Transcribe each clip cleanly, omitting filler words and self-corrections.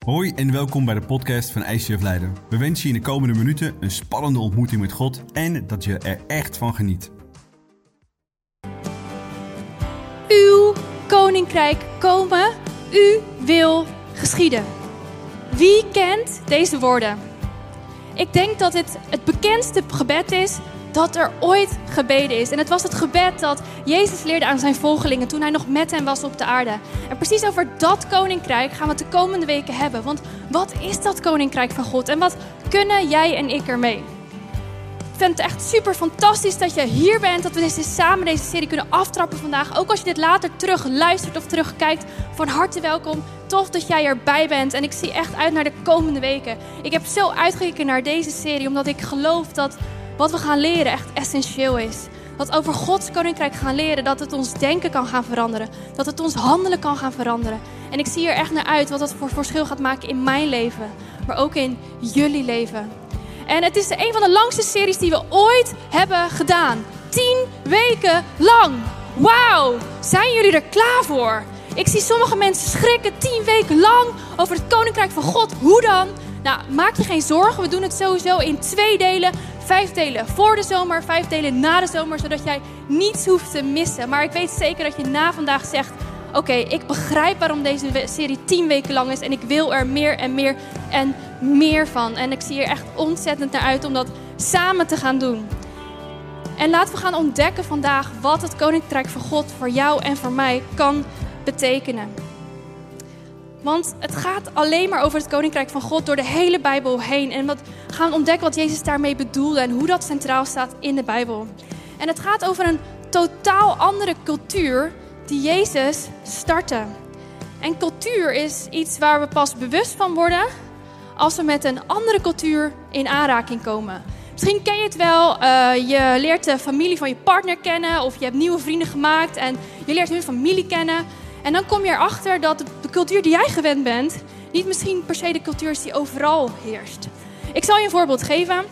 Hoi en welkom bij de podcast van ICF Leiden. We wensen je in de komende minuten een spannende ontmoeting met God en dat je er echt van geniet. Uw koninkrijk komen, uw wil geschieden. Wie kent deze woorden? Ik denk dat het bekendste gebed is dat er ooit gebeden is. En het was het gebed dat Jezus leerde aan zijn volgelingen toen hij nog met hen was op de aarde. En precies over dat koninkrijk gaan we het de komende weken hebben. Want wat is dat koninkrijk van God? En wat kunnen jij en ik ermee? Ik vind het echt super fantastisch dat je hier bent. Dat we samen deze serie kunnen aftrappen vandaag. Ook als je dit later terug luistert of terugkijkt. Van harte welkom. Tof dat jij erbij bent. En ik zie echt uit naar de komende weken. Ik heb zo uitgekeken naar deze serie. Omdat ik geloof dat wat we gaan leren echt essentieel is. Dat over Gods koninkrijk gaan leren. Dat het ons denken kan gaan veranderen. Dat het ons handelen kan gaan veranderen. En ik zie er echt naar uit wat dat voor verschil gaat maken in mijn leven. Maar ook in jullie leven. En het is een van de langste series die we ooit hebben gedaan. 10 weken lang. Wauw, zijn jullie er klaar voor? Ik zie sommige mensen schrikken 10 weken lang over het koninkrijk van God. Hoe dan? Nou, maak je geen zorgen. We doen het sowieso in 2 delen. 5 delen voor de zomer, 5 delen na de zomer. Zodat jij niets hoeft te missen. Maar ik weet zeker dat je na vandaag zegt: Oké, ik begrijp waarom deze serie 10 weken lang is. En ik wil er meer en meer en meer van. En ik zie er echt ontzettend naar uit om dat samen te gaan doen. En laten we gaan ontdekken vandaag wat het koninkrijk van God voor jou en voor mij kan betekenen. Want het gaat alleen maar over het koninkrijk van God door de hele Bijbel heen. En we gaan ontdekken wat Jezus daarmee bedoelde en hoe dat centraal staat in de Bijbel. En het gaat over een totaal andere cultuur die Jezus startte. En cultuur is iets waar we pas bewust van worden als we met een andere cultuur in aanraking komen. Misschien ken je het wel, je leert de familie van je partner kennen of je hebt nieuwe vrienden gemaakt en je leert hun familie kennen. En dan kom je erachter dat de cultuur die jij gewend bent niet misschien per se de cultuur is die overal heerst. Ik zal je een voorbeeld geven.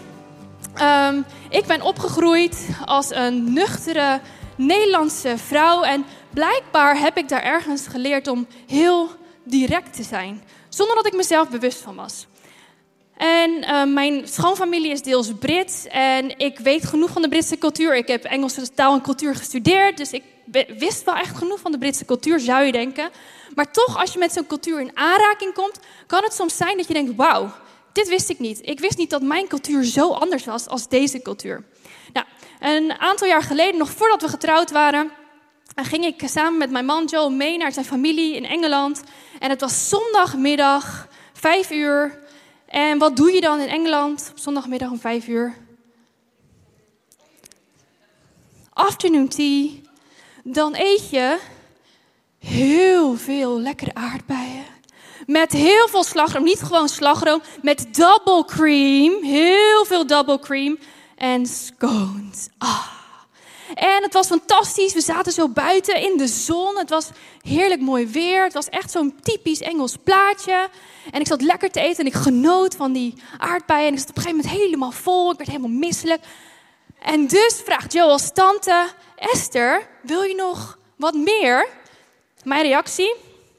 Ik ben opgegroeid als een nuchtere Nederlandse vrouw en blijkbaar heb ik daar ergens geleerd om heel direct te zijn, zonder dat ik mezelf bewust van was. En mijn schoonfamilie is deels Brits en ik weet genoeg van de Britse cultuur. Ik heb Engelse taal en cultuur gestudeerd, dus ik wist wel echt genoeg van de Britse cultuur, zou je denken. Maar toch, als je met zo'n cultuur in aanraking komt, kan het soms zijn dat je denkt: wauw, dit wist ik niet. Ik wist niet dat mijn cultuur zo anders was als deze cultuur. Nou, een aantal jaar geleden, nog voordat we getrouwd waren, ging ik samen met mijn man Joel mee naar zijn familie in Engeland. En het was zondagmiddag, 5 uur. En wat doe je dan in Engeland op zondagmiddag om 5 uur? Afternoon tea. Dan eet je heel veel lekkere aardbeien. Met heel veel slagroom. Niet gewoon slagroom, met double cream. Heel veel double cream. En scones. En het was fantastisch. We zaten zo buiten in de zon. Het was heerlijk mooi weer. Het was echt zo'n typisch Engels plaatje. En ik zat lekker te eten en ik genoot van die aardbeien. En ik zat op een gegeven moment helemaal vol. Ik werd helemaal misselijk. En dus vraagt Joel's tante: Esther, wil je nog wat meer? Mijn reactie: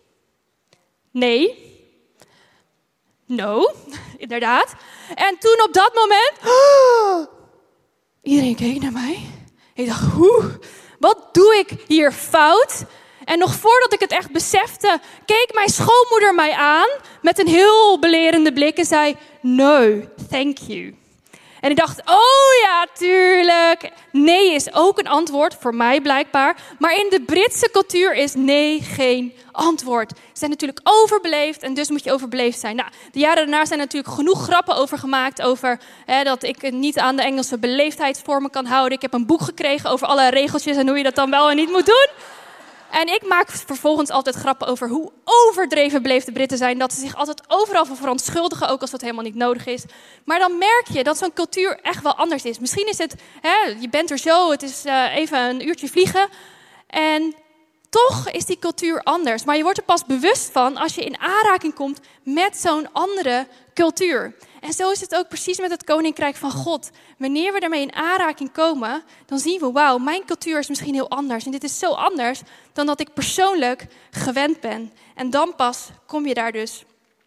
nee. No, inderdaad. En toen op dat moment, iedereen keek naar mij. Ik dacht: wat doe ik hier fout? En nog voordat ik het echt besefte, keek mijn schoonmoeder mij aan met een heel belerende blik en zei: no, thank you. En ik dacht: oh ja, tuurlijk. Nee is ook een antwoord, voor mij blijkbaar. Maar in de Britse cultuur is nee geen antwoord. Ze zijn natuurlijk overbeleefd en dus moet je overbeleefd zijn. Nou, de jaren daarna zijn er natuurlijk genoeg grappen over gemaakt. Over dat ik niet aan de Engelse beleefdheidsvormen kan houden. Ik heb een boek gekregen over alle regeltjes en hoe je dat dan wel en niet moet doen. En ik maak vervolgens altijd grappen over hoe overdreven beleefd de Britten zijn. Dat ze zich altijd overal voor verontschuldigen, ook als dat helemaal niet nodig is. Maar dan merk je dat zo'n cultuur echt wel anders is. Misschien is het, je bent er zo, het is even een uurtje vliegen. En toch is die cultuur anders. Maar je wordt er pas bewust van als je in aanraking komt met zo'n andere cultuur. En zo is het ook precies met het koninkrijk van God. Wanneer we daarmee in aanraking komen, dan zien we: wauw, mijn cultuur is misschien heel anders. En dit is zo anders dan dat ik persoonlijk gewend ben. En dan pas kom je daar dus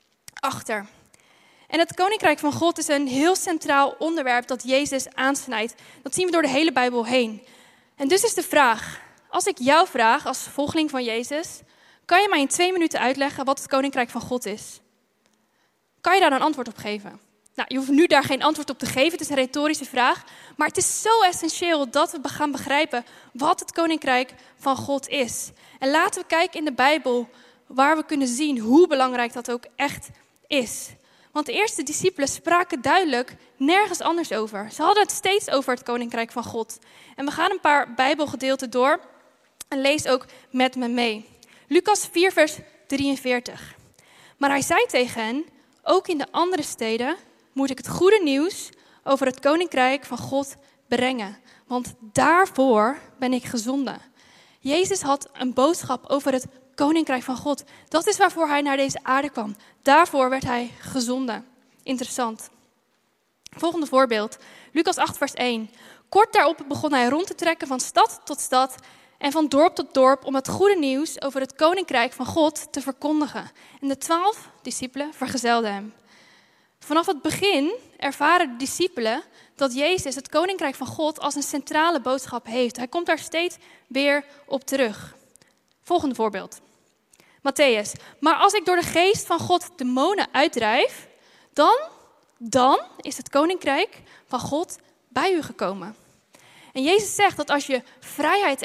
achter. En het koninkrijk van God is een heel centraal onderwerp dat Jezus aansnijdt. Dat zien we door de hele Bijbel heen. En dus is de vraag, als ik jou vraag als volgeling van Jezus, kan je mij in 2 minuten uitleggen wat het koninkrijk van God is? Kan je daar een antwoord op geven? Nou, je hoeft nu daar geen antwoord op te geven, het is een retorische vraag. Maar het is zo essentieel dat we gaan begrijpen wat het koninkrijk van God is. En laten we kijken in de Bijbel waar we kunnen zien hoe belangrijk dat ook echt is. Want de eerste discipelen spraken duidelijk nergens anders over. Ze hadden het steeds over het koninkrijk van God. En we gaan een paar Bijbelgedeelten door en lees ook met me mee. Lucas 4 vers 43. Maar hij zei tegen hen, ook in de andere steden moet ik het goede nieuws over het koninkrijk van God brengen. Want daarvoor ben ik gezonden. Jezus had een boodschap over het koninkrijk van God. Dat is waarvoor hij naar deze aarde kwam. Daarvoor werd hij gezonden. Interessant. Volgende voorbeeld. Lucas 8 vers 1. Kort daarop begon hij rond te trekken van stad tot stad en van dorp tot dorp om het goede nieuws over het koninkrijk van God te verkondigen. En de 12 discipelen vergezelden hem. Vanaf het begin ervaren de discipelen dat Jezus het koninkrijk van God als een centrale boodschap heeft. Hij komt daar steeds weer op terug. Volgende voorbeeld. Matthäus. Maar als ik door de geest van God demonen uitdrijf, dan is het koninkrijk van God bij u gekomen. En Jezus zegt dat als je vrijheid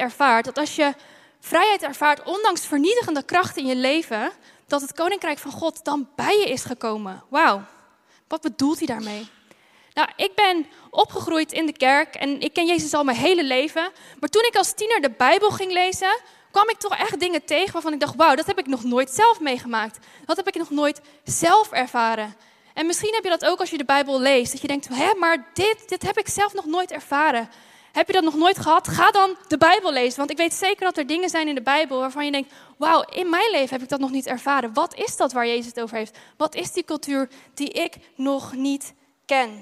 ervaart, ondanks vernietigende krachten in je leven, dat het koninkrijk van God dan bij je is gekomen. Wauw, wat bedoelt hij daarmee? Nou, ik ben opgegroeid in de kerk en ik ken Jezus al mijn hele leven. Maar toen ik als tiener de Bijbel ging lezen, kwam ik toch echt dingen tegen waarvan ik dacht, wauw, dat heb ik nog nooit zelf meegemaakt. Dat heb ik nog nooit zelf ervaren. En misschien heb je dat ook als je de Bijbel leest. Dat je denkt, maar dit heb ik zelf nog nooit ervaren. Heb je dat nog nooit gehad? Ga dan de Bijbel lezen. Want ik weet zeker dat er dingen zijn in de Bijbel waarvan je denkt, wauw, in mijn leven heb ik dat nog niet ervaren. Wat is dat waar Jezus het over heeft? Wat is die cultuur die ik nog niet ken?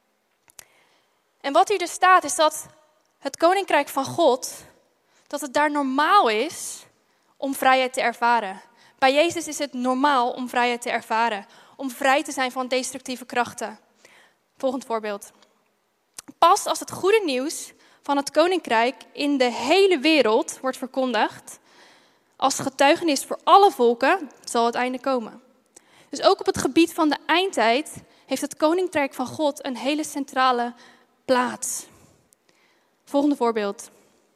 En wat hier dus staat is dat het koninkrijk van God, dat het daar normaal is om vrijheid te ervaren. Bij Jezus is het normaal om vrijheid te ervaren. Om vrij te zijn van destructieve krachten. Volgend voorbeeld. Pas als het goede nieuws van het koninkrijk in de hele wereld wordt verkondigd, als getuigenis voor alle volken, zal het einde komen. Dus ook op het gebied van de eindtijd heeft het koninkrijk van God een hele centrale plaats. Volgende voorbeeld.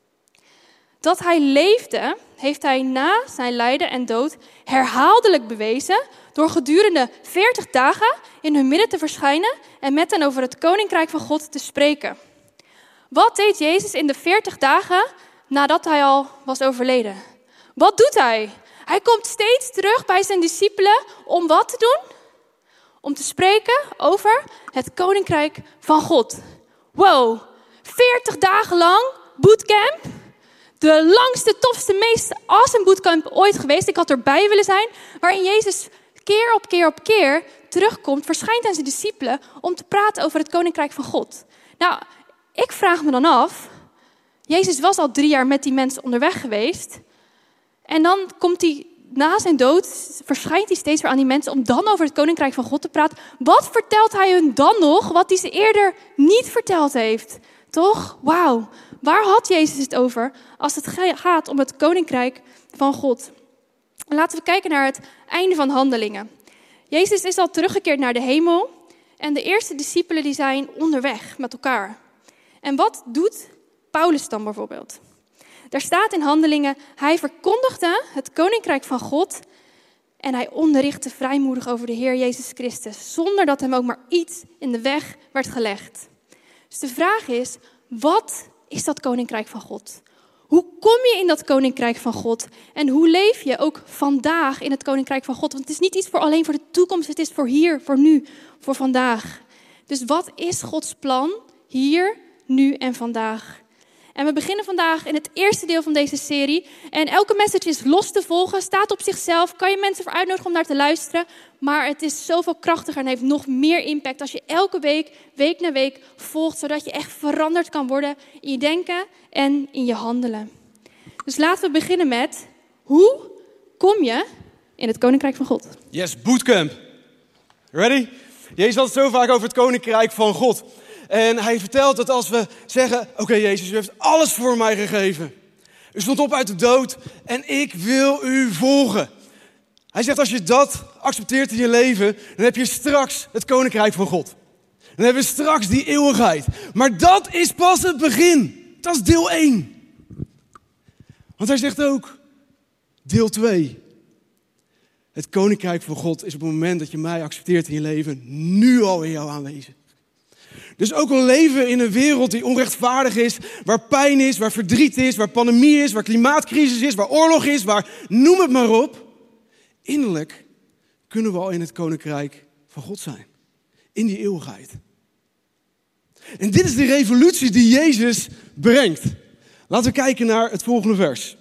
Dat hij leefde, heeft hij na zijn lijden en dood herhaaldelijk bewezen door gedurende 40 dagen in hun midden te verschijnen en met hen over het koninkrijk van God te spreken. Wat deed Jezus in de 40 dagen nadat hij al was overleden? Wat doet hij? Hij komt steeds terug bij zijn discipelen om wat te doen? Om te spreken over het koninkrijk van God. Wow, 40 dagen lang bootcamp. De langste, tofste, meest awesome bootcamp ooit geweest. Ik had erbij willen zijn. Waarin Jezus keer op keer terugkomt, verschijnt aan zijn discipelen om te praten over het koninkrijk van God. Nou, ik vraag me dan af, Jezus was al 3 jaar met die mensen onderweg geweest. En dan komt hij na zijn dood, verschijnt hij steeds weer aan die mensen om dan over het koninkrijk van God te praten. Wat vertelt hij hun dan nog, wat hij ze eerder niet verteld heeft? Toch? Wauw. Waar had Jezus het over als het gaat om het koninkrijk van God? Laten we kijken naar het einde van Handelingen. Jezus is al teruggekeerd naar de hemel en de eerste discipelen die zijn onderweg met elkaar. En wat doet Paulus dan bijvoorbeeld? Daar staat in Handelingen, hij verkondigde het koninkrijk van God en hij onderrichtte vrijmoedig over de Heer Jezus Christus, zonder dat hem ook maar iets in de weg werd gelegd. Dus de vraag is, wat is dat koninkrijk van God? Hoe kom je in dat koninkrijk van God? En hoe leef je ook vandaag in het koninkrijk van God? Want het is niet iets voor alleen voor de toekomst, het is voor hier, voor nu, voor vandaag. Dus wat is Gods plan hier, nu en vandaag? En we beginnen vandaag in het eerste deel van deze serie. En elke message is los te volgen, staat op zichzelf. Kan je mensen voor uitnodigen om naar te luisteren. Maar het is zoveel krachtiger en heeft nog meer impact als je elke week na week volgt. Zodat je echt veranderd kan worden in je denken en in je handelen. Dus laten we beginnen met, hoe kom je in het koninkrijk van God? Yes, bootcamp. Ready? Jezus had het zo vaak over het koninkrijk van God. En hij vertelt dat als we zeggen, oké, Jezus, u heeft alles voor mij gegeven. U stond op uit de dood en ik wil u volgen. Hij zegt, als je dat accepteert in je leven, dan heb je straks het koninkrijk van God. Dan hebben we straks die eeuwigheid. Maar dat is pas het begin. Dat is deel 1. Want hij zegt ook, deel 2. Het koninkrijk van God is op het moment dat je mij accepteert in je leven, nu al in jou aanwezig. Dus ook al leven we in een wereld die onrechtvaardig is, waar pijn is, waar verdriet is, waar pandemie is, waar klimaatcrisis is, waar oorlog is, waar noem het maar op. Innerlijk kunnen we al in het koninkrijk van God zijn. In die eeuwigheid. En dit is de revolutie die Jezus brengt. Laten we kijken naar het volgende vers.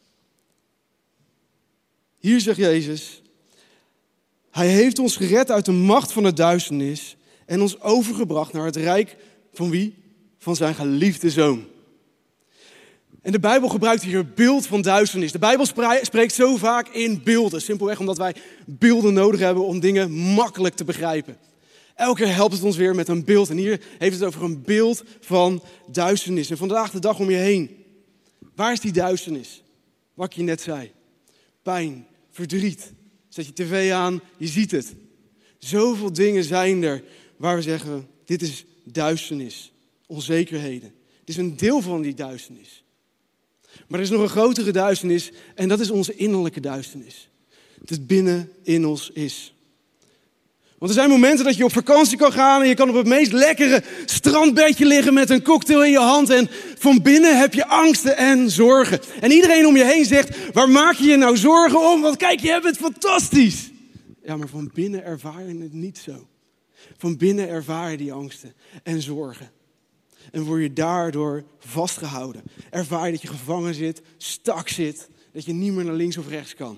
Hier zegt Jezus, hij heeft ons gered uit de macht van de duisternis en ons overgebracht naar het rijk van wie? Van zijn geliefde Zoon. En de Bijbel gebruikt hier het beeld van duisternis. De Bijbel spreekt zo vaak in beelden. Simpelweg omdat wij beelden nodig hebben om dingen makkelijk te begrijpen. Elke keer helpt het ons weer met een beeld. En hier heeft het over een beeld van duisternis. En vandaag de dag om je heen. Waar is die duisternis? Wat ik je net zei. Pijn, verdriet. Zet je tv aan, je ziet het. Zoveel dingen zijn er waar we zeggen, dit is duisternis. Onzekerheden. Het is een deel van die duisternis. Maar er is nog een grotere duisternis en dat is onze innerlijke duisternis. Het binnen in ons is. Want er zijn momenten dat je op vakantie kan gaan en je kan op het meest lekkere strandbedje liggen met een cocktail in je hand. En van binnen heb je angsten en zorgen. En iedereen om je heen zegt, waar maak je je nou zorgen om? Want kijk, je hebt het fantastisch. Ja, maar van binnen ervaar je het niet zo. Van binnen ervaar je die angsten en zorgen. En word je daardoor vastgehouden. Ervaar je dat je gevangen zit, stak zit, dat je niet meer naar links of rechts kan.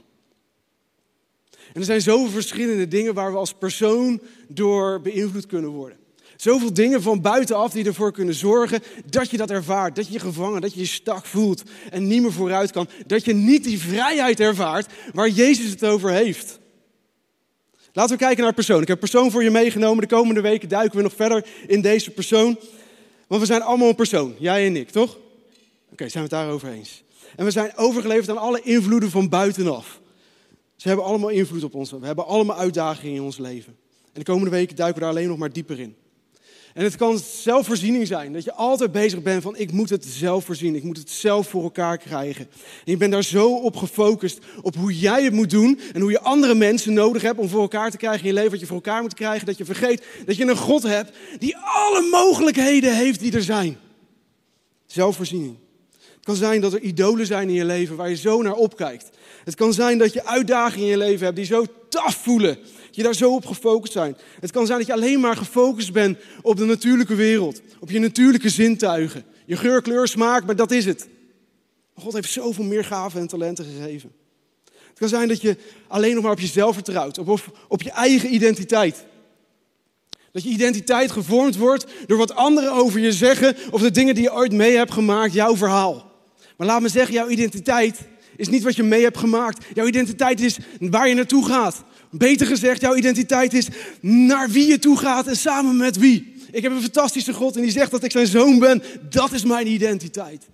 En er zijn zoveel verschillende dingen waar we als persoon door beïnvloed kunnen worden. Zoveel dingen van buitenaf die ervoor kunnen zorgen dat je dat ervaart. Dat je je gevangen, dat je je stak voelt en niet meer vooruit kan. Dat je niet die vrijheid ervaart waar Jezus het over heeft. Laten we kijken naar persoon. Ik heb een persoon voor je meegenomen. De komende weken duiken we nog verder in deze persoon. Want we zijn allemaal een persoon. Jij en ik, toch? Oké, zijn we het daarover eens. En we zijn overgeleverd aan alle invloeden van buitenaf. Ze hebben allemaal invloed op ons. We hebben allemaal uitdagingen in ons leven. En de komende weken duiken we daar alleen nog maar dieper in. En het kan zelfvoorziening zijn. Dat je altijd bezig bent van ik moet het zelf voorzien. Ik moet het zelf voor elkaar krijgen. En je bent daar zo op gefocust op hoe jij het moet doen. En hoe je andere mensen nodig hebt om voor elkaar te krijgen in je leven. Wat je voor elkaar moet krijgen. Dat je vergeet dat je een God hebt die alle mogelijkheden heeft die er zijn. Zelfvoorziening. Het kan zijn dat er idolen zijn in je leven waar je zo naar opkijkt. Het kan zijn dat je uitdagingen in je leven hebt die zo taf voelen. Dat je daar zo op gefocust bent. Het kan zijn dat je alleen maar gefocust bent op de natuurlijke wereld. Op je natuurlijke zintuigen. Je geur, kleur, smaak, maar dat is het. God heeft zoveel meer gaven en talenten gegeven. Het kan zijn dat je alleen nog maar op jezelf vertrouwt. Op je eigen identiteit. Dat je identiteit gevormd wordt door wat anderen over je zeggen. Of de dingen die je ooit mee hebt gemaakt, jouw verhaal. Maar laat me zeggen, jouw identiteit is niet wat je mee hebt gemaakt. Jouw identiteit is waar je naartoe gaat. Beter gezegd, jouw identiteit is naar wie je toe gaat en samen met wie. Ik heb een fantastische God en die zegt dat ik zijn zoon ben. Dat is mijn identiteit.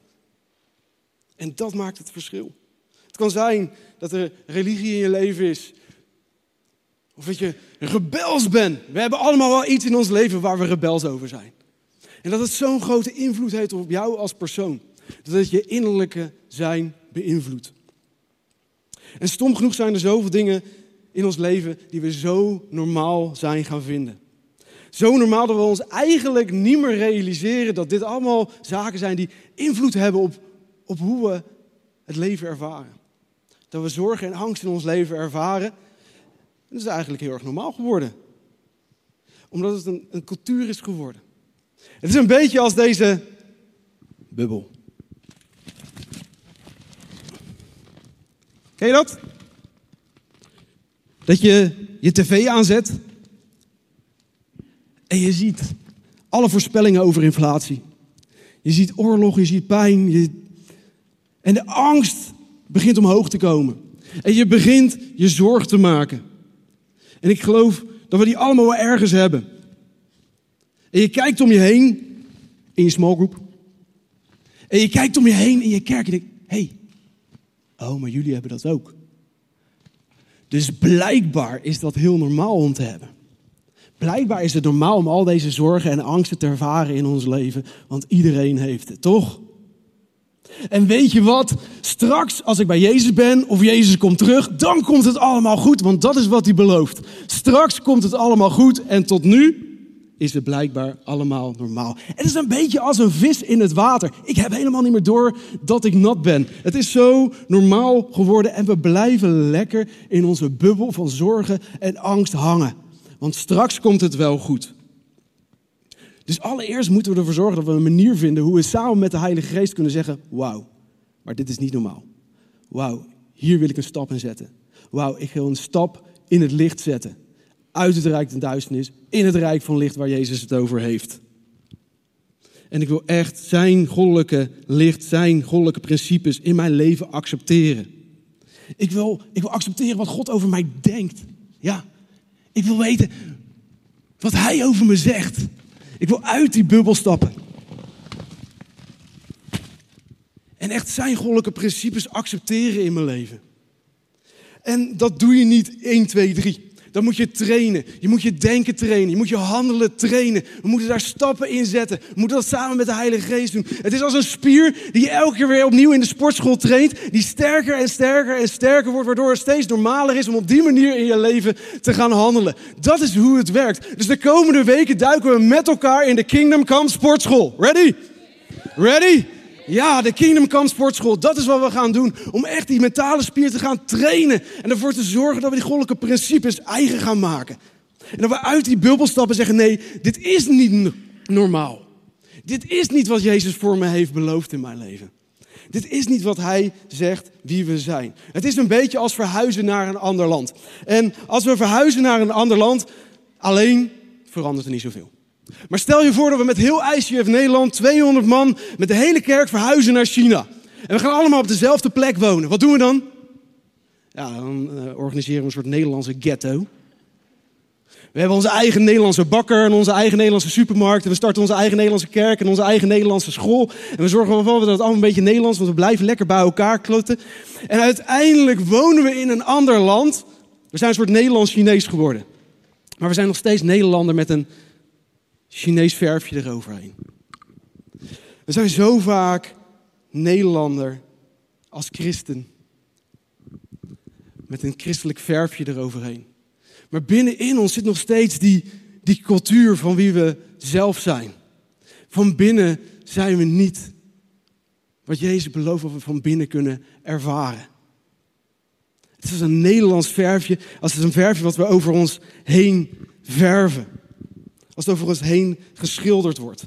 En dat maakt het verschil. Het kan zijn dat er religie in je leven is. Of dat je rebels bent. We hebben allemaal wel iets in ons leven waar we rebels over zijn. En dat het zo'n grote invloed heeft op jou als persoon. Dat het je innerlijke zijn beïnvloedt. En stom genoeg zijn er zoveel dingen in ons leven die we zo normaal zijn gaan vinden. Zo normaal dat we ons eigenlijk niet meer realiseren dat dit allemaal zaken zijn die invloed hebben op hoe we het leven ervaren. Dat we zorgen en angst in ons leven ervaren. Dat is eigenlijk heel erg normaal geworden. Omdat het een cultuur is geworden. Het is een beetje als deze bubbel. Ken je dat? Dat je je tv aanzet en je ziet alle voorspellingen over inflatie. Je ziet oorlog, je ziet pijn. En de angst begint omhoog te komen. En je begint je zorg te maken. En ik geloof dat we die allemaal wel ergens hebben. En je kijkt om je heen in je small group. En je kijkt om je heen in je kerk en je denkt, hey, oh, maar jullie hebben dat ook. Dus blijkbaar is dat heel normaal om te hebben. Blijkbaar is het normaal om al deze zorgen en angsten te ervaren in ons leven. Want iedereen heeft het, toch? En weet je wat? Straks als ik bij Jezus ben of Jezus komt terug, dan komt het allemaal goed. Want dat is wat hij belooft. Straks komt het allemaal goed en tot nu is het blijkbaar allemaal normaal. Het is een beetje als een vis in het water. Ik heb helemaal niet meer door dat ik nat ben. Het is zo normaal geworden en we blijven lekker in onze bubbel van zorgen en angst hangen. Want straks komt het wel goed. Dus allereerst moeten we ervoor zorgen dat we een manier vinden hoe we samen met de Heilige Geest kunnen zeggen, wauw, maar dit is niet normaal. Wauw, hier wil ik een stap in zetten. Wauw, ik wil een stap in het licht zetten. Uit het rijk der duisternis, in het rijk van licht waar Jezus het over heeft. En ik wil echt zijn goddelijke licht, zijn goddelijke principes in mijn leven accepteren. Ik wil accepteren wat God over mij denkt. Ja, ik wil weten wat hij over me zegt. Ik wil uit die bubbel stappen. En echt zijn goddelijke principes accepteren in mijn leven. En dat doe je niet 1, 2, 3. Dan moet je trainen. Je moet je denken trainen. Je moet je handelen trainen. We moeten daar stappen in zetten. We moeten dat samen met de Heilige Geest doen. Het is als een spier die je elke keer weer opnieuw in de sportschool traint. Die sterker en sterker en sterker wordt. Waardoor het steeds normaler is om op die manier in je leven te gaan handelen. Dat is hoe het werkt. Dus de komende weken duiken we met elkaar in de Kingdom Come Sportschool. Ready? Ready? Ja, de Kingdom Come Sportschool, dat is wat we gaan doen. Om echt die mentale spier te gaan trainen. En ervoor te zorgen dat we die goddelijke principes eigen gaan maken. En dat we uit die bubbel stappen en zeggen, nee, dit is niet normaal. Dit is niet wat Jezus voor me heeft beloofd in mijn leven. Dit is niet wat hij zegt wie we zijn. Het is een beetje als verhuizen naar een ander land. En als we verhuizen naar een ander land, alleen verandert er niet zoveel. Maar stel je voor dat we met heel ICF Nederland, 200 man, met de hele kerk verhuizen naar China. En we gaan allemaal op dezelfde plek wonen. Wat doen we dan? Ja, dan organiseren we een soort Nederlandse ghetto. We hebben onze eigen Nederlandse bakker en onze eigen Nederlandse supermarkt. En we starten onze eigen Nederlandse kerk en onze eigen Nederlandse school. En we zorgen ervoor dat het allemaal een beetje Nederlands, want we blijven lekker bij elkaar klotten. En uiteindelijk wonen we in een ander land. We zijn een soort Nederlands-Chinees geworden. Maar we zijn nog steeds Nederlander met een Chinees verfje eroverheen. We zijn zo vaak Nederlander als christen. Met een christelijk verfje eroverheen. Maar binnenin ons zit nog steeds die cultuur van wie we zelf zijn. Van binnen zijn we niet wat Jezus belooft wat we van binnen kunnen ervaren. Het is als een Nederlands verfje, als het een verfje wat we over ons heen verven. Als het over ons heen geschilderd wordt.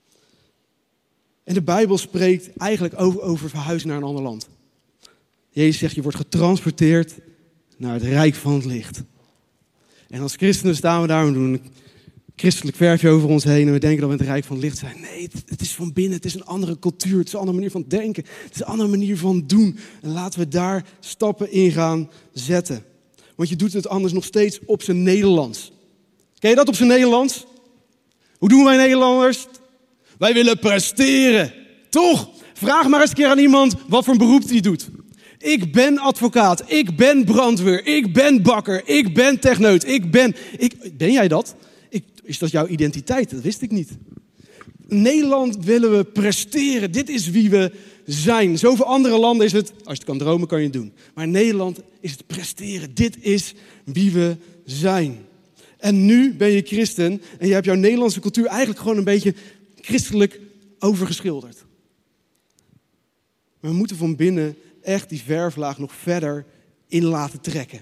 En de Bijbel spreekt eigenlijk over verhuizen naar een ander land. Jezus zegt, je wordt getransporteerd naar het rijk van het licht. En als christenen staan we daar en doen een christelijk verfje over ons heen. En we denken dat we in het rijk van het licht zijn. Nee, het is van binnen. Het is een andere cultuur. Het is een andere manier van denken. Het is een andere manier van doen. En laten we daar stappen in gaan zetten. Want je doet het anders nog steeds op zijn Nederlands. Ken je dat op zijn Nederlands? Hoe doen wij Nederlanders? Wij willen presteren. Toch? Vraag maar eens een keer aan iemand wat voor een beroep die doet. Ik ben advocaat. Ik ben brandweer. Ik ben bakker. Ik ben techneut. Ben jij dat? Is dat jouw identiteit? Dat wist ik niet. In Nederland willen we presteren. Dit is wie we zijn. Zoveel andere landen is het, als je het kan dromen, kan je het doen. Maar in Nederland is het presteren. Dit is wie we zijn. En nu ben je christen en je hebt jouw Nederlandse cultuur eigenlijk gewoon een beetje christelijk overgeschilderd. Maar we moeten van binnen echt die verflaag nog verder in laten trekken.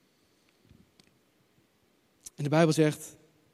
En de Bijbel zegt,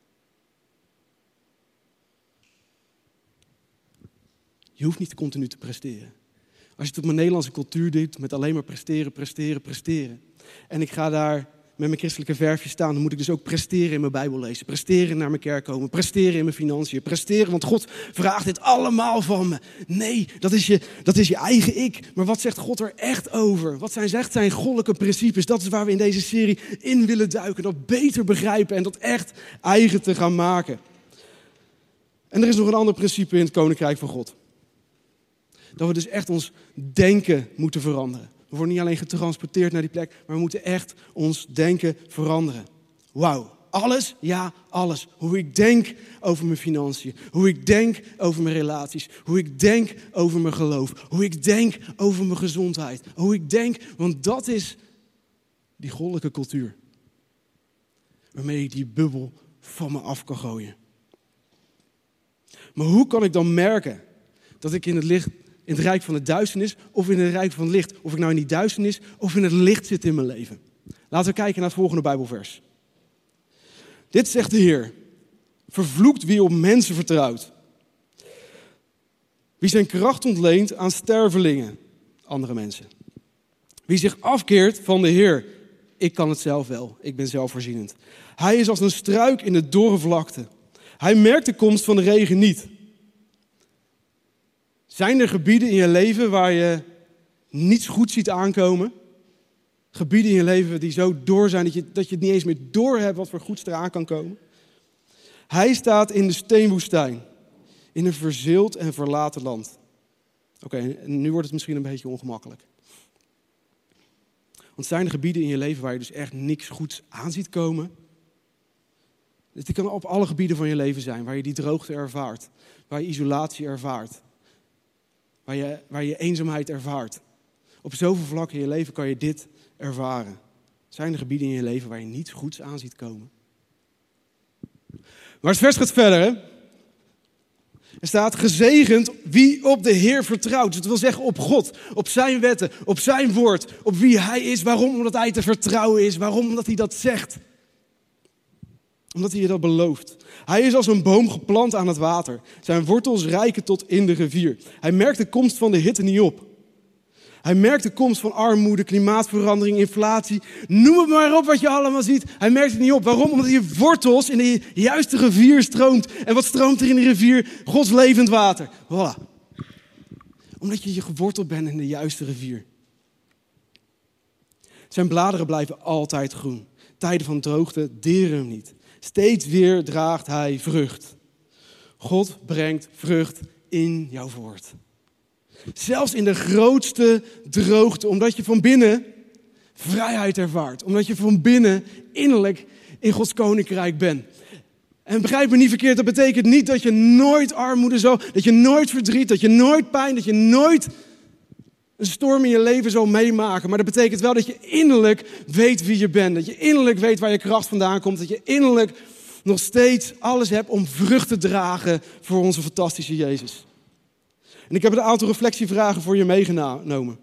je hoeft niet continu te presteren. Als je het op mijn Nederlandse cultuur doet met alleen maar presteren. En ik ga daar met mijn christelijke verfje staan, dan moet ik dus ook presteren in mijn Bijbel lezen. Presteren naar mijn kerk komen. Presteren in mijn financiën. Presteren, want God vraagt dit allemaal van me. Nee, dat is je eigen ik. Maar wat zegt God er echt over? Wat zegt zijn goddelijke principes? Dat is waar we in deze serie in willen duiken. Dat beter begrijpen en dat echt eigen te gaan maken. En er is nog een ander principe in het Koninkrijk van God. Dat we dus echt ons denken moeten veranderen. We worden niet alleen getransporteerd naar die plek, maar we moeten echt ons denken veranderen. Wauw, alles? Ja, alles. Hoe ik denk over mijn financiën, hoe ik denk over mijn relaties, hoe ik denk over mijn geloof, hoe ik denk over mijn gezondheid, hoe ik denk, want dat is die goddelijke cultuur. Waarmee ik die bubbel van me af kan gooien. Maar hoe kan ik dan merken dat ik in het rijk van de duisternis of in het rijk van het licht, of ik nou in die duisternis of in het licht zit in mijn leven? Laten we kijken naar het volgende Bijbelvers. Dit zegt de Heer: vervloekt wie op mensen vertrouwt. Wie zijn kracht ontleent aan stervelingen, andere mensen. Wie zich afkeert van de Heer. Ik kan het zelf wel, ik ben zelfvoorzienend. Hij is als een struik in de dorre vlakte. Hij merkt de komst van de regen niet. Zijn er gebieden in je leven waar je niets goed ziet aankomen? Gebieden in je leven die zo door zijn dat je het niet eens meer door hebt wat voor goeds eraan kan komen? Hij staat in de steenwoestijn, in een verzeeld en verlaten land. Oké, nu wordt het misschien een beetje ongemakkelijk. Want zijn er gebieden in je leven waar je dus echt niks goeds aan ziet komen? Het kan op alle gebieden van je leven zijn, waar je die droogte ervaart, waar je isolatie ervaart, waar je eenzaamheid ervaart. Op zoveel vlakken in je leven kan je dit ervaren. Zijn er gebieden in je leven waar je niets goeds aan ziet komen? Maar het vers gaat verder, hè? Er staat: gezegend wie op de Heer vertrouwt. Dus dat wil zeggen op God, op zijn wetten, op zijn woord, op wie hij is. Waarom? Omdat hij te vertrouwen is. Waarom? Omdat hij dat zegt. Omdat hij je dat belooft. Hij is als een boom geplant aan het water. Zijn wortels reiken tot in de rivier. Hij merkt de komst van de hitte niet op. Hij merkt de komst van armoede, klimaatverandering, inflatie. Noem het maar op wat je allemaal ziet. Hij merkt het niet op. Waarom? Omdat je wortels in de juiste rivier stroomt. En wat stroomt er in de rivier? Gods levend water. Voilà. Omdat je geworteld bent in de juiste rivier. Zijn bladeren blijven altijd groen. Tijden van droogte deren hem niet. Steeds weer draagt hij vrucht. God brengt vrucht in jouw woord. Zelfs in de grootste droogte, omdat je van binnen vrijheid ervaart. Omdat je van binnen innerlijk in Gods koninkrijk bent. En begrijp me niet verkeerd, dat betekent niet dat je nooit armoede dat je nooit verdriet, dat je nooit pijn, dat je nooit een storm in je leven zal meemaken. Maar dat betekent wel dat je innerlijk weet wie je bent. Dat je innerlijk weet waar je kracht vandaan komt. Dat je innerlijk nog steeds alles hebt om vrucht te dragen voor onze fantastische Jezus. En ik heb een aantal reflectievragen voor je meegenomen.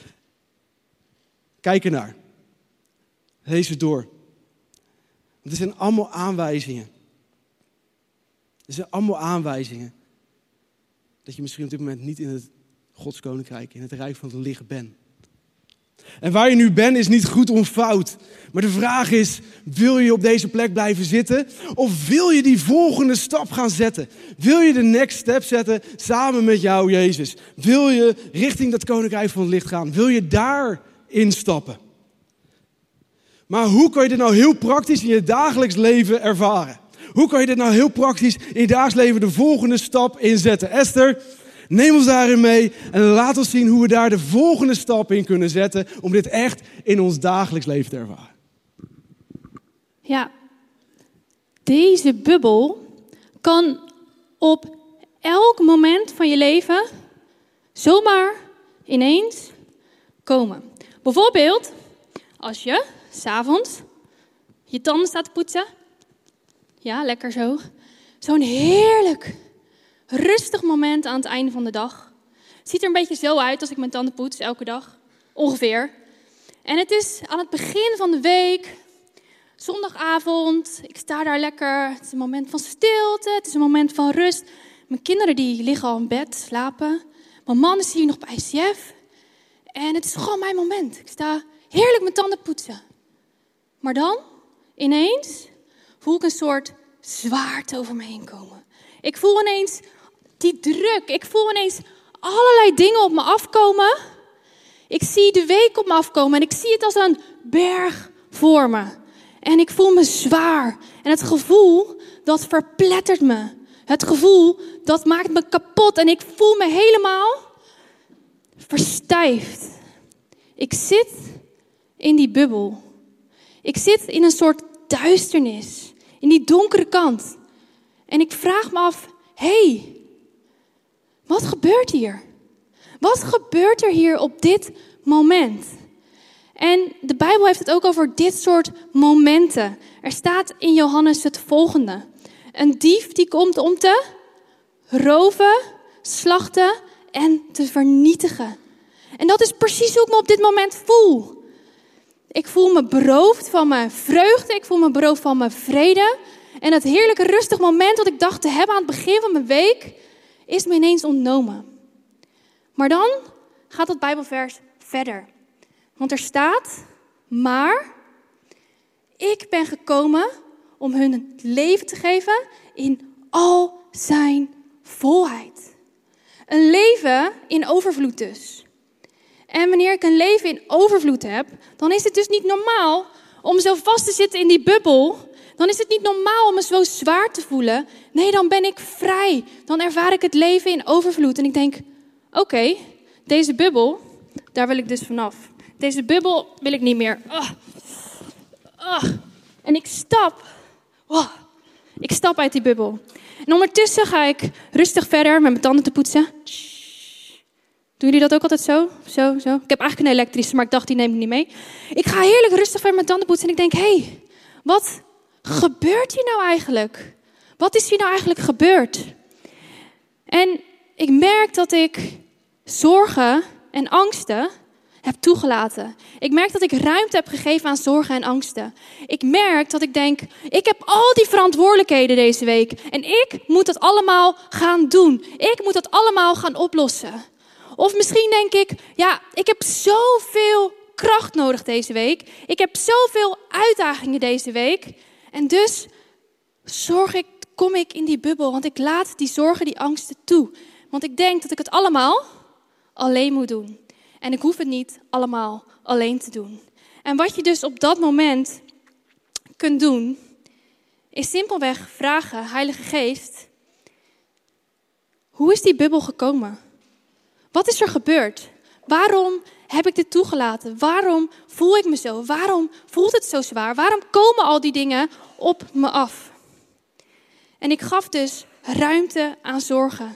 Kijk ernaar. Lees het door. Het zijn allemaal aanwijzingen. Het zijn allemaal aanwijzingen dat je misschien op dit moment niet in het Gods koninkrijk, in het rijk van het licht bent. En waar je nu bent is niet goed of fout. Maar de vraag is, wil je op deze plek blijven zitten? Of wil je die volgende stap gaan zetten? Wil je de next step zetten samen met jou, Jezus? Wil je richting dat koninkrijk van het licht gaan? Wil je daar instappen? Maar hoe kan je dit nou heel praktisch in je dagelijks leven ervaren? Hoe kan je dit nou heel praktisch in je dagelijks leven de volgende stap inzetten? Esther, neem ons daarin mee en laat ons zien hoe we daar de volgende stap in kunnen zetten om dit echt in ons dagelijks leven te ervaren. Ja, deze bubbel kan op elk moment van je leven zomaar ineens komen. Bijvoorbeeld als je 's avonds je tanden staat te poetsen. Ja, lekker zo. Zo'n heerlijk, rustig moment aan het einde van de dag. Het ziet er een beetje zo uit als ik mijn tanden poets elke dag. Ongeveer. En het is aan het begin van de week, zondagavond. Ik sta daar lekker. Het is een moment van stilte. Het is een moment van rust. Mijn kinderen die liggen al in bed, slapen. Mijn man is hier nog bij ICF. En het is gewoon mijn moment. Ik sta heerlijk mijn tanden poetsen. Maar dan, ineens, voel ik een soort zwaarte over me heen komen. Ik voel ineens die druk. Ik voel ineens allerlei dingen op me afkomen. Ik zie de week op me afkomen en ik zie het als een berg voor me. En ik voel me zwaar. En het gevoel, dat verplettert me. Het gevoel, dat maakt me kapot. En ik voel me helemaal verstijfd. Ik zit in die bubbel. Ik zit in een soort duisternis. In die donkere kant. En ik vraag me af, hey, wat gebeurt hier? Wat gebeurt er hier op dit moment? En de Bijbel heeft het ook over dit soort momenten. Er staat in Johannes het volgende. Een dief die komt om te roven, slachten en te vernietigen. En dat is precies hoe ik me op dit moment voel. Ik voel me beroofd van mijn vreugde. Ik voel me beroofd van mijn vrede. En dat heerlijke rustig moment dat ik dacht te hebben aan het begin van mijn week, is me ineens ontnomen. Maar dan gaat dat Bijbelvers verder. Want er staat, maar ik ben gekomen om hun het leven te geven in al zijn volheid. Een leven in overvloed dus. En wanneer ik een leven in overvloed heb, dan is het dus niet normaal om zo vast te zitten in die bubbel. Dan is het niet normaal om me zo zwaar te voelen. Nee, dan ben ik vrij. Dan ervaar ik het leven in overvloed. En ik denk, oké, deze bubbel, daar wil ik dus vanaf. Deze bubbel wil ik niet meer. En ik stap uit die bubbel. En ondertussen ga ik rustig verder met mijn tanden te poetsen. Doen jullie dat ook altijd zo? Zo. Ik heb eigenlijk een elektrische, maar ik dacht, die neem ik niet mee. Ik ga heerlijk rustig verder met mijn tanden poetsen. En ik denk, hey, wat gebeurt hier nou eigenlijk? Wat is hier nou eigenlijk gebeurd? En ik merk dat ik zorgen en angsten heb toegelaten. Ik merk dat ik ruimte heb gegeven aan zorgen en angsten. Ik merk dat ik denk, ik heb al die verantwoordelijkheden deze week. En ik moet dat allemaal gaan doen. Ik moet dat allemaal gaan oplossen. Of misschien denk ik, ja, ik heb zoveel kracht nodig deze week. Ik heb zoveel uitdagingen deze week. En dus kom ik in die bubbel. Want ik laat die zorgen, die angsten toe. Want ik denk dat ik het allemaal alleen moet doen. En ik hoef het niet allemaal alleen te doen. En wat je dus op dat moment kunt doen, is simpelweg vragen, Heilige Geest, hoe is die bubbel gekomen? Wat is er gebeurd? Waarom heb ik dit toegelaten? Waarom voel ik me zo? Waarom voelt het zo zwaar? Waarom komen al die dingen op me af? En ik gaf dus ruimte aan zorgen.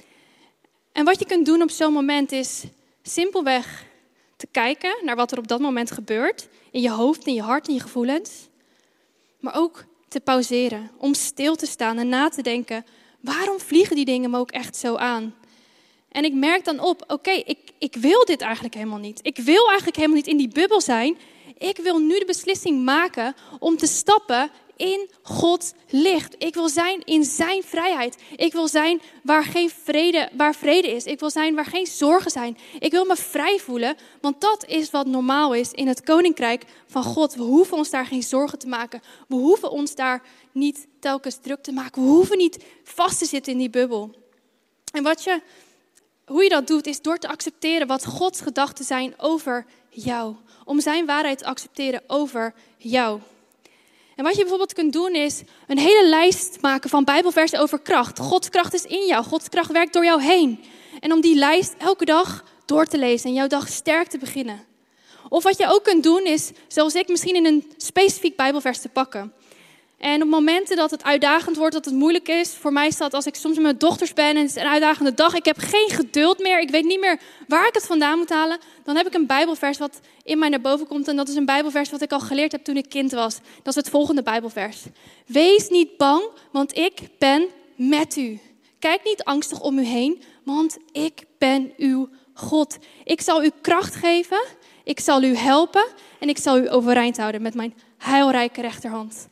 En wat je kunt doen op zo'n moment is simpelweg te kijken naar wat er op dat moment gebeurt. In je hoofd, in je hart, in je gevoelens. Maar ook te pauzeren. Om stil te staan en na te denken. Waarom vliegen die dingen me ook echt zo aan? En ik merk dan op, oké, ik wil dit eigenlijk helemaal niet. Ik wil eigenlijk helemaal niet in die bubbel zijn. Ik wil nu de beslissing maken om te stappen in Gods licht. Ik wil zijn in zijn vrijheid. Ik wil zijn waar vrede is. Ik wil zijn waar geen zorgen zijn. Ik wil me vrij voelen, want dat is wat normaal is in het koninkrijk van God. We hoeven ons daar geen zorgen te maken. We hoeven ons daar niet telkens druk te maken. We hoeven niet vast te zitten in die bubbel. En hoe je dat doet, is door te accepteren wat Gods gedachten zijn over jou. Om zijn waarheid te accepteren over jou. En wat je bijvoorbeeld kunt doen is een hele lijst maken van Bijbelversen over kracht. Gods kracht is in jou. Gods kracht werkt door jou heen. En om die lijst elke dag door te lezen en jouw dag sterk te beginnen. Of wat je ook kunt doen is, zoals ik, misschien in een specifiek Bijbelvers te pakken. En op momenten dat het uitdagend wordt, dat het moeilijk is. Voor mij staat als ik soms met mijn dochters ben en het is een uitdagende dag. Ik heb geen geduld meer. Ik weet niet meer waar ik het vandaan moet halen. Dan heb ik een Bijbelvers wat in mij naar boven komt. En dat is een Bijbelvers wat ik al geleerd heb toen ik kind was. Dat is het volgende Bijbelvers. Wees niet bang, want ik ben met u. Kijk niet angstig om u heen, want ik ben uw God. Ik zal u kracht geven, ik zal u helpen en ik zal u overeind houden met mijn heilrijke rechterhand.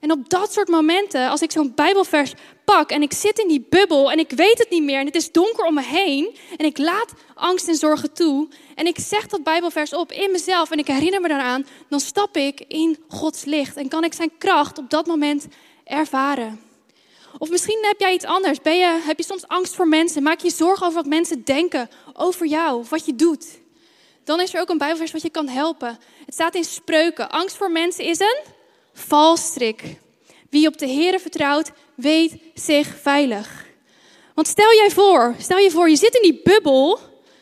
En op dat soort momenten, als ik zo'n Bijbelvers pak en ik zit in die bubbel en ik weet het niet meer en het is donker om me heen en ik laat angst en zorgen toe en ik zeg dat Bijbelvers op in mezelf en ik herinner me daaraan, dan stap ik in Gods licht en kan ik zijn kracht op dat moment ervaren. Of misschien heb jij iets anders. Heb je soms angst voor mensen? Maak je zorgen over wat mensen denken over jou of wat je doet? Dan is er ook een Bijbelvers wat je kan helpen. Het staat in Spreuken. Angst voor mensen is een valstrik. Wie op de Here vertrouwt, weet zich veilig. Want stel je voor, je zit in die bubbel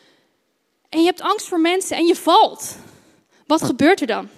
en je hebt angst voor mensen en je valt. Wat gebeurt er dan?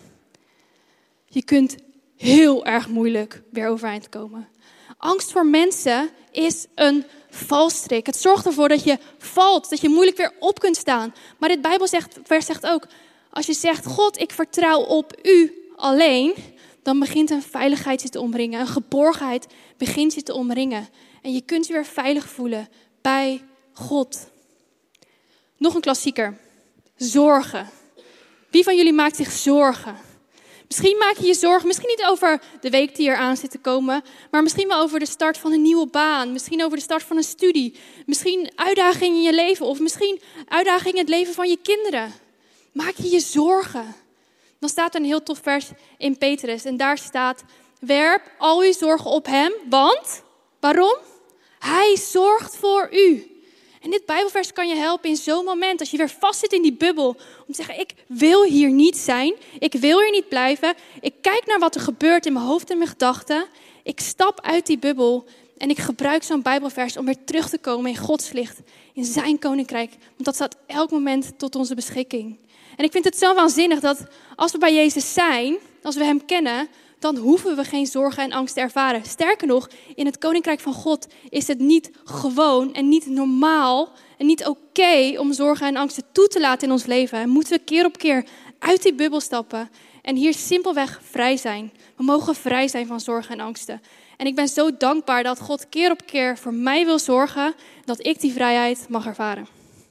Je kunt heel erg moeilijk weer overeind komen. Angst voor mensen is een valstrik. Het zorgt ervoor dat je valt, dat je moeilijk weer op kunt staan. Maar dit Bijbelvers zegt ook, als je zegt, God, ik vertrouw op u alleen, dan begint een veiligheid je te omringen. Een geborgenheid begint je te omringen. En je kunt je weer veilig voelen bij God. Nog een klassieker. Zorgen. Wie van jullie maakt zich zorgen? Misschien maak je je zorgen, misschien niet over de week die eraan zit te komen, maar misschien wel over de start van een nieuwe baan, misschien over de start van een studie, misschien uitdagingen in je leven of misschien uitdagingen in het leven van je kinderen. Maak je je zorgen. Dan staat er een heel tof vers in Petrus en daar staat, werp al uw zorgen op hem, want, waarom? Hij zorgt voor u. En dit Bijbelvers kan je helpen in zo'n moment, als je weer vastzit in die bubbel, om te zeggen, ik wil hier niet zijn, ik wil hier niet blijven, ik kijk naar wat er gebeurt in mijn hoofd en mijn gedachten, ik stap uit die bubbel en ik gebruik zo'n Bijbelvers om weer terug te komen in Gods licht, in zijn koninkrijk, want dat staat elk moment tot onze beschikking. En ik vind het zo waanzinnig dat als we bij Jezus zijn, als we hem kennen, dan hoeven we geen zorgen en angst te ervaren. Sterker nog, in het koninkrijk van God is het niet gewoon en niet normaal en niet oké om zorgen en angsten toe te laten in ons leven. En moeten we keer op keer uit die bubbel stappen en hier simpelweg vrij zijn. We mogen vrij zijn van zorgen en angsten. En ik ben zo dankbaar dat God keer op keer voor mij wil zorgen, dat ik die vrijheid mag ervaren.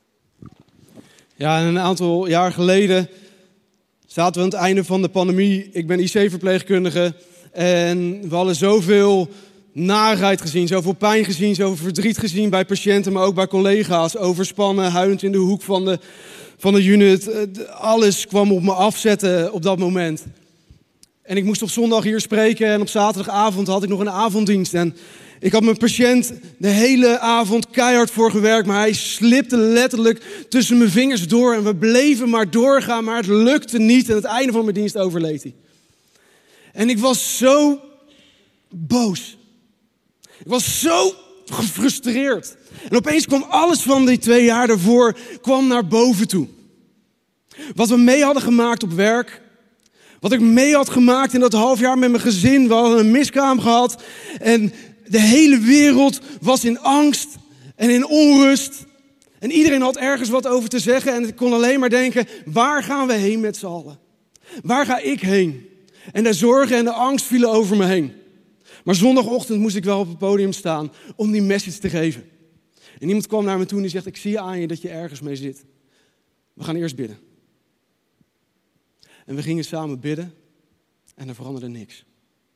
Ja, en een aantal jaar geleden zaten we aan het einde van de pandemie. Ik ben IC-verpleegkundige en we hadden zoveel narigheid gezien, zoveel pijn gezien, zoveel verdriet gezien bij patiënten, maar ook bij collega's. Overspannen, huilend in de hoek van de unit. Alles kwam op me afzetten op dat moment. En ik moest op zondag hier spreken en op zaterdagavond had ik nog een avonddienst. En ik had mijn patiënt de hele avond keihard voor gewerkt, maar hij slipte letterlijk tussen mijn vingers door. En we bleven maar doorgaan, maar het lukte niet. En aan het einde van mijn dienst overleed hij. En ik was zo boos. Ik was zo gefrustreerd. En opeens kwam alles van die 2 jaar daarvoor kwam naar boven toe. Wat we mee hadden gemaakt op werk. Wat ik mee had gemaakt in dat half jaar met mijn gezin. We hadden een miskraam gehad. En de hele wereld was in angst en in onrust. En iedereen had ergens wat over te zeggen. En ik kon alleen maar denken, waar gaan we heen met z'n allen? Waar ga ik heen? En de zorgen en de angst vielen over me heen. Maar zondagochtend moest ik wel op het podium staan om die message te geven. En iemand kwam naar me toe en die zegt, ik zie aan je dat je ergens mee zit. We gaan eerst bidden. En we gingen samen bidden en er veranderde niks.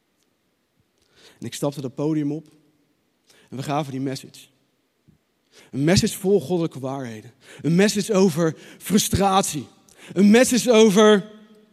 En ik stapte dat podium op en we gaven die message. Een message vol goddelijke waarheden. Een message over frustratie. Een message over,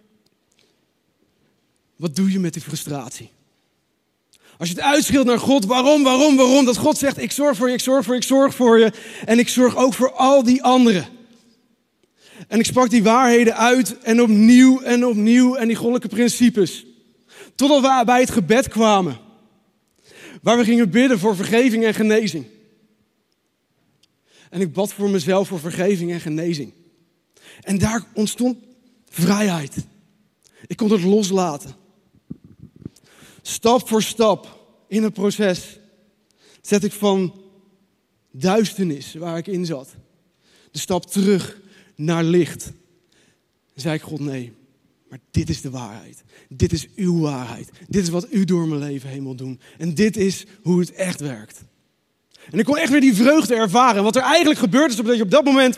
wat doe je met die frustratie? Als je het uitschreeuwt naar God, waarom? Dat God zegt, ik zorg voor je, ik zorg voor je, ik zorg voor je. En ik zorg ook voor al die anderen. En ik sprak die waarheden uit en opnieuw en die goddelijke principes. Totdat we bij het gebed kwamen. Waar we gingen bidden voor vergeving en genezing. En ik bad voor mezelf voor vergeving en genezing. En daar ontstond vrijheid. Ik kon het loslaten. Stap voor stap in het proces zet ik van duisternis waar ik in zat. De stap terug naar licht. En zei ik, God, nee, maar dit is de waarheid. Dit is uw waarheid. Dit is wat u door mijn leven heen wil doen. En dit is hoe het echt werkt. En ik kon echt weer die vreugde ervaren. En wat er eigenlijk gebeurt is dat je op dat moment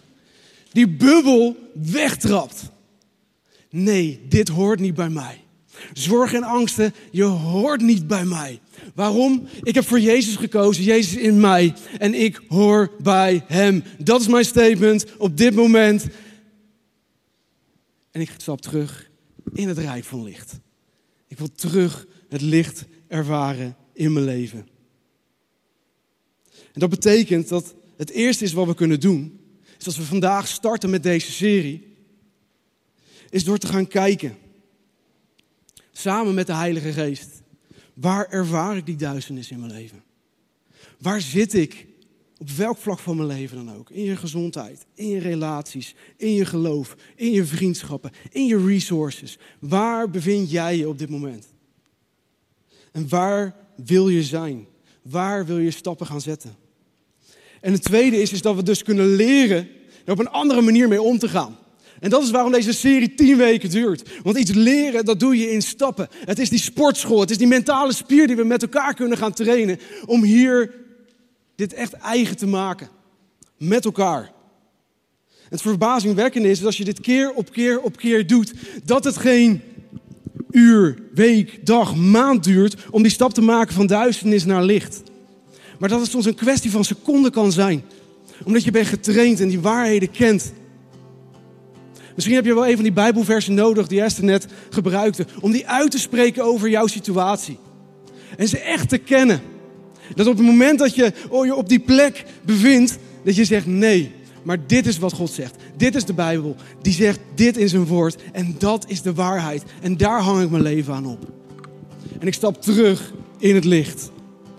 die bubbel wegtrapt. Nee, dit hoort niet bij mij. Zorgen en angsten, je hoort niet bij mij. Waarom? Ik heb voor Jezus gekozen, Jezus in mij en ik hoor bij hem. Dat is mijn statement op dit moment. En ik stap terug in het rijk van licht. Ik wil terug het licht ervaren in mijn leven. En dat betekent dat het eerste is wat we kunnen doen, is als we vandaag starten met deze serie, is door te gaan kijken, samen met de Heilige Geest, waar ervaar ik die duisternis in mijn leven? Waar zit ik? Op welk vlak van mijn leven dan ook? In je gezondheid, in je relaties, in je geloof, in je vriendschappen, in je resources. Waar bevind jij je op dit moment? En waar wil je zijn? Waar wil je stappen gaan zetten? En het tweede is dat we dus kunnen leren er op een andere manier mee om te gaan. En dat is waarom deze serie 10 weken duurt. Want iets leren, dat doe je in stappen. Het is die sportschool, het is die mentale spier die we met elkaar kunnen gaan trainen. Om hier dit echt eigen te maken. Met elkaar. Het verbazingwekkende is dat als je dit keer op keer doet, dat het geen uur, week, dag, maand duurt om die stap te maken van duisternis naar licht. Maar dat het soms een kwestie van seconden kan zijn. Omdat je bent getraind en die waarheden kent. Misschien heb je wel een van die Bijbelversen nodig die Esther net gebruikte. Om die uit te spreken over jouw situatie. En ze echt te kennen. Dat op het moment dat je je op die plek bevindt, dat je zegt nee. Maar dit is wat God zegt. Dit is de Bijbel. Die zegt dit in zijn woord. En dat is de waarheid. En daar hang ik mijn leven aan op. En ik stap terug in het licht.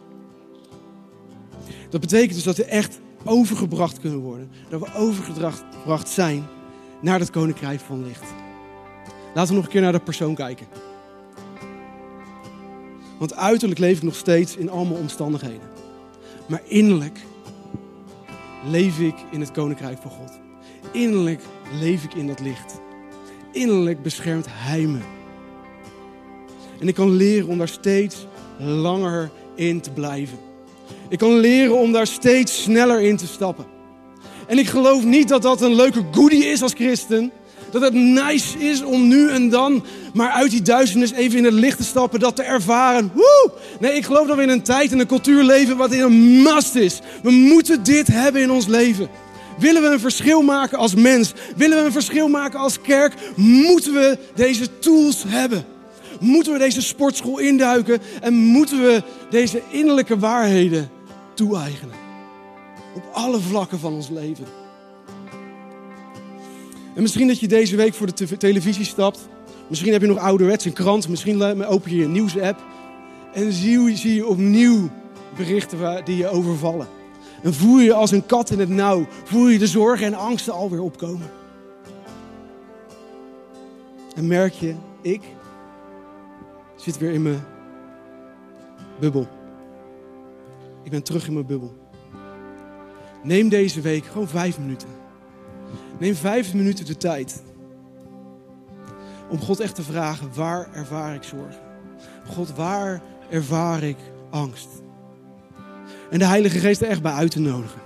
Dat betekent dus dat we echt overgebracht kunnen worden. Dat we overgebracht zijn naar het koninkrijk van licht. Laten we nog een keer naar de persoon kijken. Want uiterlijk leef ik nog steeds in allemaal omstandigheden. Maar innerlijk leef ik in het koninkrijk van God. Innerlijk leef ik in dat licht. Innerlijk beschermt Hij me. En ik kan leren om daar steeds langer in te blijven. Ik kan leren om daar steeds sneller in te stappen. En ik geloof niet dat dat een leuke goodie is als christen. Dat het nice is om nu en dan maar uit die duisternis even in het licht te stappen. Dat te ervaren. Woe! Nee, ik geloof dat we in een tijd en een cultuur leven wat in een must is. We moeten dit hebben in ons leven. Willen we een verschil maken als mens? Willen we een verschil maken als kerk? Moeten we deze tools hebben? Moeten we deze sportschool induiken? En moeten we deze innerlijke waarheden toe-eigenen? Op alle vlakken van ons leven. En misschien dat je deze week voor de televisie stapt. Misschien heb je nog ouderwets een krant. Misschien open je een nieuwsapp. En zie je opnieuw berichten die je overvallen. En voel je als een kat in het nauw. Voel je de zorgen en angsten alweer opkomen. En merk je, ik zit weer in mijn bubbel. Ik ben terug in mijn bubbel. Neem deze week gewoon 5 minuten. Neem 5 minuten de tijd. Om God echt te vragen, waar ervaar ik zorgen? God, waar ervaar ik angst? En de Heilige Geest er echt bij uit te nodigen.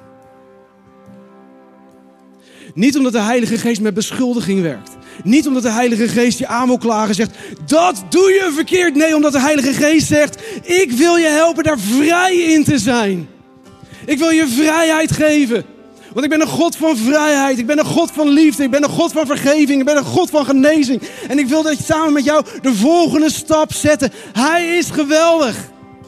Niet omdat de Heilige Geest met beschuldiging werkt. Niet omdat de Heilige Geest je aan wil klagen en zegt, dat doe je verkeerd. Nee, omdat de Heilige Geest zegt, ik wil je helpen daar vrij in te zijn. Ik wil je vrijheid geven. Want ik ben een God van vrijheid. Ik ben een God van liefde. Ik ben een God van vergeving. Ik ben een God van genezing. En ik wil dat je samen met jou de volgende stap zetten. Hij is geweldig.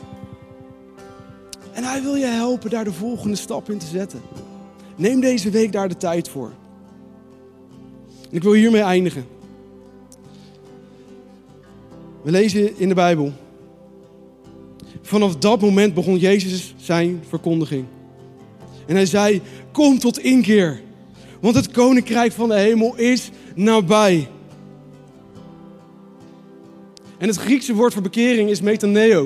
En hij wil je helpen daar de volgende stap in te zetten. Neem deze week daar de tijd voor. En ik wil hiermee eindigen. We lezen in de Bijbel. Vanaf dat moment begon Jezus zijn verkondiging. En hij zei, kom tot inkeer. Want het koninkrijk van de hemel is nabij. En het Griekse woord voor bekering is metaneo.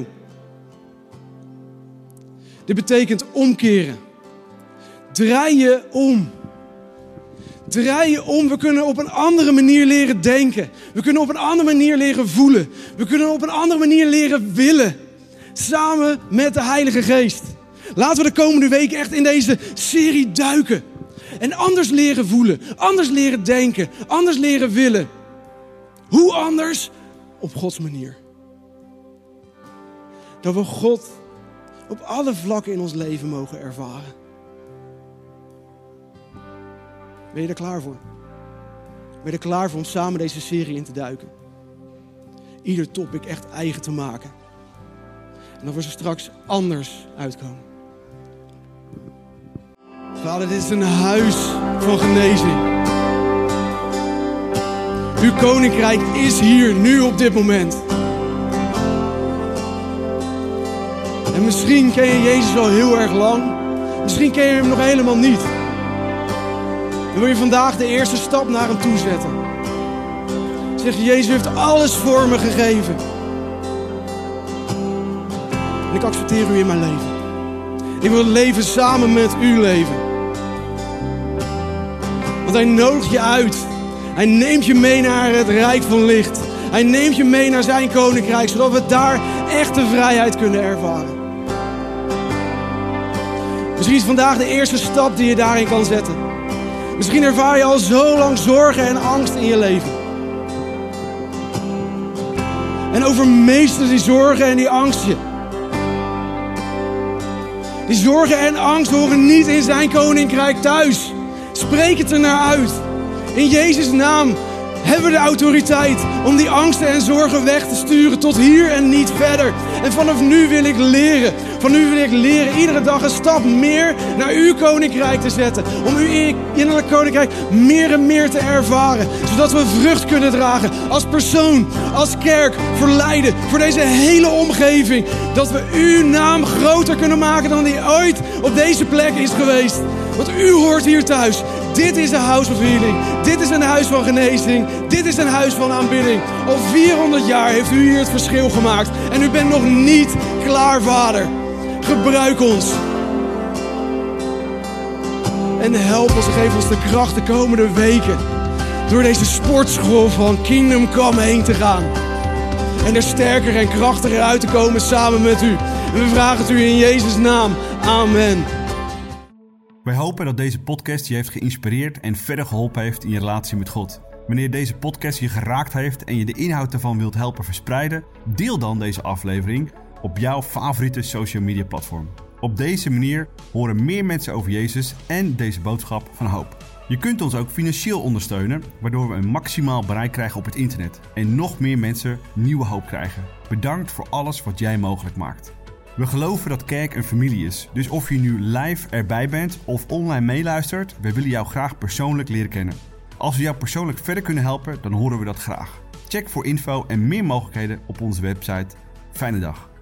Dit betekent omkeren. Draai je om. Draai je om. We kunnen op een andere manier leren denken. We kunnen op een andere manier leren voelen. We kunnen op een andere manier leren willen. Samen met de Heilige Geest. Laten we de komende weken echt in deze serie duiken. En anders leren voelen. Anders leren denken. Anders leren willen. Hoe anders? op Gods manier. Dat we God op alle vlakken in ons leven mogen ervaren. Ben je er klaar voor? Ben je er klaar voor om samen deze serie in te duiken? Ieder topic echt eigen te maken. En dat we er straks anders uitkomen. Vader, dit is een huis van genezing. Uw koninkrijk is hier, nu op dit moment. En misschien ken je Jezus al heel erg lang. Misschien ken je hem nog helemaal niet. Dan wil je vandaag de eerste stap naar hem toe zetten. Zeg, Jezus heeft alles voor me gegeven. En ik accepteer u in mijn leven. Ik wil het leven samen met u leven. Want hij nodigt je uit. Hij neemt je mee naar het rijk van licht. Hij neemt je mee naar zijn koninkrijk. Zodat we daar echte vrijheid kunnen ervaren. Misschien is vandaag de eerste stap die je daarin kan zetten. Misschien ervaar je al zo lang zorgen en angst in je leven. En overmeester die zorgen en die angst je. Die zorgen en angst horen niet in zijn koninkrijk thuis. Spreek het er naar uit. In Jezus' naam hebben we de autoriteit om die angsten en zorgen weg te sturen tot hier en niet verder. En vanaf nu wil ik leren. Van nu wil ik leren iedere dag een stap meer naar uw koninkrijk te zetten. Om uw innerlijk koninkrijk meer en meer te ervaren. Zodat we vrucht kunnen dragen als persoon, als kerk, voor Leiden, voor deze hele omgeving. Dat we uw naam groter kunnen maken dan die ooit op deze plek is geweest. Want u hoort hier thuis. Dit is een house of healing. Dit is een huis van genezing. Dit is een huis van aanbidding. Al 400 jaar heeft u hier het verschil gemaakt. En u bent nog niet klaar, Vader. Gebruik ons. En help ons en geef ons de kracht de komende weken. Door deze sportschool van Kingdom Come heen te gaan. En er sterker en krachtiger uit te komen samen met u. En we vragen het u in Jezus' naam. Amen. Wij hopen dat deze podcast je heeft geïnspireerd en verder geholpen heeft in je relatie met God. Wanneer deze podcast je geraakt heeft en je de inhoud ervan wilt helpen verspreiden, deel dan deze aflevering op jouw favoriete social media platform. Op deze manier horen meer mensen over Jezus en deze boodschap van hoop. Je kunt ons ook financieel ondersteunen, waardoor we een maximaal bereik krijgen op het internet en nog meer mensen nieuwe hoop krijgen. Bedankt voor alles wat jij mogelijk maakt. We geloven dat kerk een familie is, dus of je nu live erbij bent of online meeluistert, we willen jou graag persoonlijk leren kennen. Als we jou persoonlijk verder kunnen helpen, dan horen we dat graag. Check voor info en meer mogelijkheden op onze website. Fijne dag.